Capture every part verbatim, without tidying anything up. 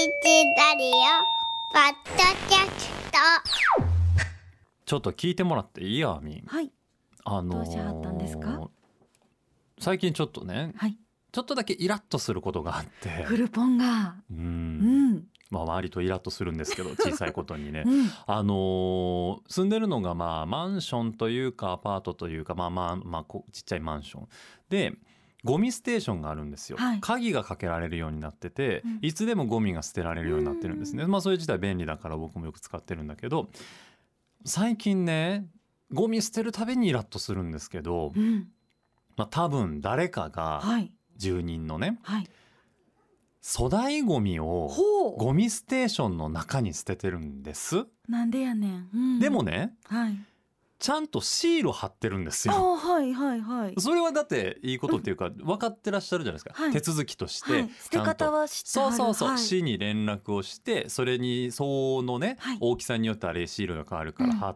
ラリオポッドキャスト。 ちょっと聞いてもらっていいやみん、 はい、 あのーどうしはったんですか？ 最近ちょっとね、 はい、 ちょっとだけイラッとすることがあってフルポンがううんん、 まあ割とイラッとするんですけど小さいことにね、 うん、 あのー住んでるのがまあマンションというかアパートというかまあまあまあこちっちゃいマンションでゴミステーションがあるんですよ、 はい、 鍵がかけられるようになってて、 うん、 いつでもゴミが捨てられるようになってるんですね。まあそれ自体便利だから僕もよく使ってるんだけど、最近ねゴミ捨てるたびにイラッとするんですけど、 うん、 まあ多分誰かがはい、 住人のねはい、 粗大ゴミをほう、 ゴミステーションの中に捨ててるんです。 なんでやねん、うん、 でもねはい、 ちゃんとシール貼ってるんですあよ。 はいはいはい、 それはだっていいことっていうか分かってらっしゃるじゃないですか、 はい、 手続きとして、 はい、捨て方は知ってはる、 そうそうそう、 はい、 市に連絡をしてそれに相応のね、 はい、 大きさによってあれシールが変わるから貼って、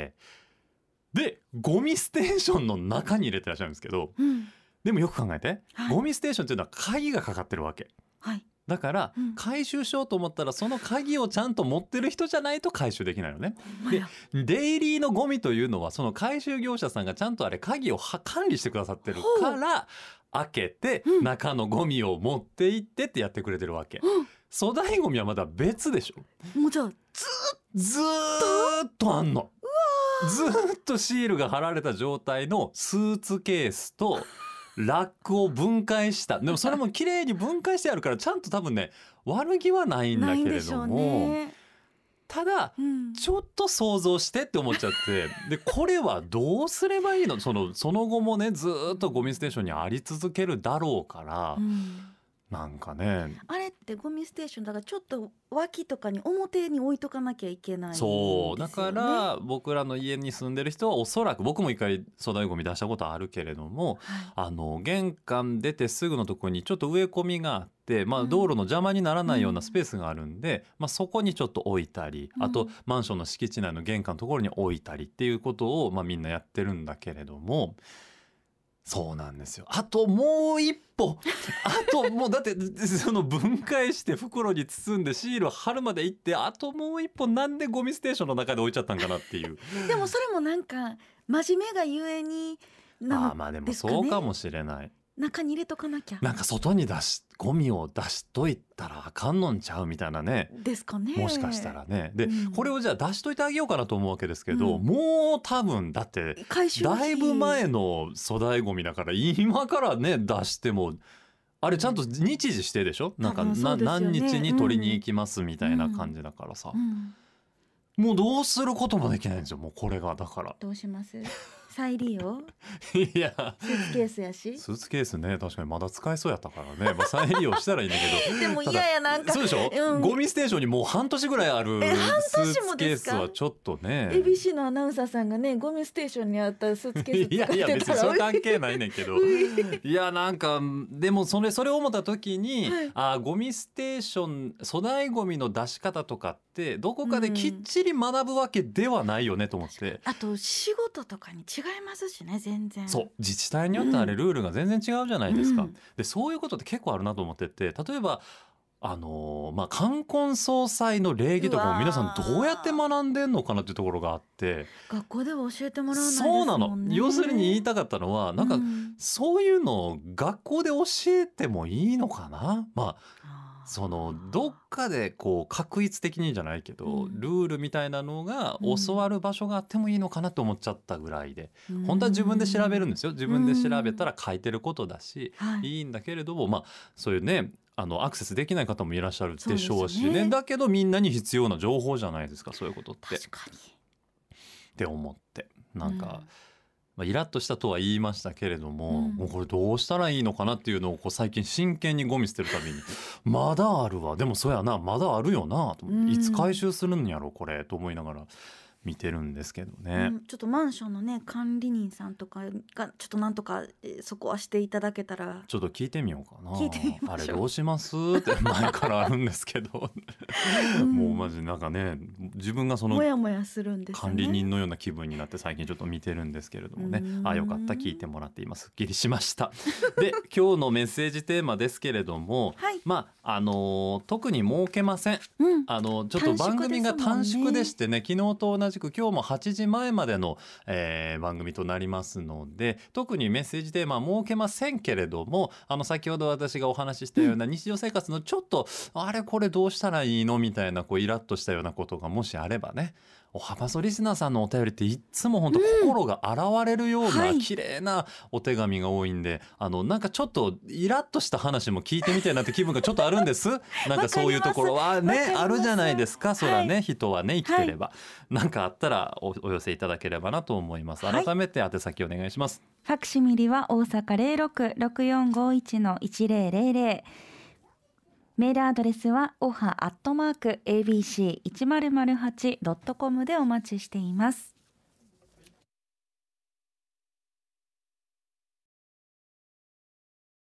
うん、でゴミステーションの中に入れてらっしゃるんですけど、 うん、 でもよく考えて、はい、ゴミステーションっていうのは鍵がかかってるわけ、 はい、 だから、 うん、 回収しようと思ったらその鍵をちゃんと持ってる人じゃないと回収できないのね。でデイリーのゴミというのはその回収業者さんがちゃんとあれ鍵を管理してくださってるから開けて中のゴミを持って行ってってやってくれてるわけ、うん、粗大ゴミはまだ別でしょ。 もうじゃあずずーっとあんの。ずーっとシールが貼られた状態のスーツケースとラックを分解した。でもそれも綺麗に分解してあるからちゃんと多分ね悪気はないんだけれども、ね、ただ、うん、ちょっと想像してって思っちゃってでこれはどうすればいいの。その、その後もねずっとゴミステーションにあり続けるだろうから、うん、なんかねあれってゴミステーションだからちょっと脇とかに表に置いとかなきゃいけないんですよね。 そうだから僕らの家に住んでる人はおそらく僕も一回粗大ゴミ出したことあるけれども、はい、あの玄関出てすぐのところにちょっと植え込みがあって、まあ、道路の邪魔にならないようなスペースがあるんで、うんまあ、そこにちょっと置いたり、うん、あとマンションの敷地内の玄関のところに置いたりっていうことを、まあ、みんなやってるんだけれども、そうなんですよ。あともう一歩あともうだってその分解して袋に包んでシール貼るまで行ってあともう一歩なんでゴミステーションの中で置いちゃったんかなっていうでもそれもなんか真面目がゆえになのですかね。 あまあでもそうかもしれない。 中に入れとかなきゃなんか外に出しゴミを出しといたらあかんのんちゃうみたいなねですかね。 もしかしたらねで、うん、これをじゃあ出しといてあげようかなと思うわけですけど、うん、もう多分だってだいぶ前の粗大ゴミだから今からね出してもあれちゃんと日時してでしょ、うん、なんか、ね、何日に取りに行きますみたいな感じだからさ、うんうん、もうどうすることもできないんですよ。もうこれがだからどうします再利用いやスーツケースやしスーツケースね確かにまだ使えそうやったからね、まあ、再利用したらいいんだけどでも嫌やなんかそうでしょ、うん、ゴミステーションにもう半年ぐらいあるスーツケースはちょっとねエービーシー のアナウンサーさんがねゴミステーションにあったスーツケース使ってたらいやいや別にそれ関係ないねんけどいやなんかでもそれそれを思った時に、はい、あゴミステーション粗大ゴミの出し方とかってどこかできっちり学ぶわけではないよねと思って、うん、 あと仕事とかに違いますしね全然。 そう自治体によってあれルールが全然違うじゃないですか、うん、でそういうことって結構あるなと思ってて、例えばあのー、まあ冠婚葬祭の礼儀とかも皆さんどうやって学んでんのかなっていうところがあって、 学校では教えてもらわないですもんね。そうなの。要するに言いたかったのはなんか、うん、そういうのを学校で教えてもいいのかな。まあそのどっかでこう確一的にじゃないけど、うん、ルールみたいなのが教わる場所があってもいいのかなと思っちゃったぐらいで、うん、本当は自分で調べるんですよ。自分で調べたら書いてることだし、うん、いいんだけれども、まあそういうねあのアクセスできない方もいらっしゃるでしょうし ね, ねだけどみんなに必要な情報じゃないですかそういうことって。 確かにって思ってなんか、うんまあ、イラッとしたとは言いましたけれども、うん、もうこれどうしたらいいのかなっていうのをこう最近真剣にゴミ捨てるたびにまだあるわでもそうやなまだあるよなと思って、うん、いつ回収するんやろこれと思いながら見てるんですけどうね。 ん、ちょっとマンションのね管理人さんとかがちょっとなんとかえーそこはしていただけたら。 ちょっと聞いてみようかな。 聞いてみましょうあれどうしますって前からあるんですけど、 うんもうマジなんかね、自分がそのもやもやするんですよね。 管理人のような気分になって最近ちょっと見てるんですけれどもね。 うーんあ、よかった、聞いてもらって今すっきりしましたで、今日のメッセージテーマですけれども、 はいまああのー特に設けません。 うんあのちょっと番組が短縮でしてね、昨日と同じく今日もはちじまえまでの、えー番組となりますので、特にメッセージテーマは設けませんけれども、あの先ほど私がお話ししたような日常生活のちょっと、あれこれどうしたらいいのみたいなこうイラッとしたようなことがもしあればね、おはばそリスナーさんのお便りっていっつも本当心が洗われるようはない綺麗なお手紙が多いんで、あのなんかちょっとイラッとした話も聞いてみたいなって気分がちょっとあるんですなんかそういうところはねわかりますあるじゃないですか。そらね、 はい人はね生きてれば、なんかあったら お, お寄せいただければなと思います。 はい改めて宛先お願いします。 ファクシミリは大阪 ゼロろく ろくよんごいち いちゼロゼロゼロ、メールアドレスはおはアットマーク エービーシーいちまるまるはちドットコム でお待ちしています。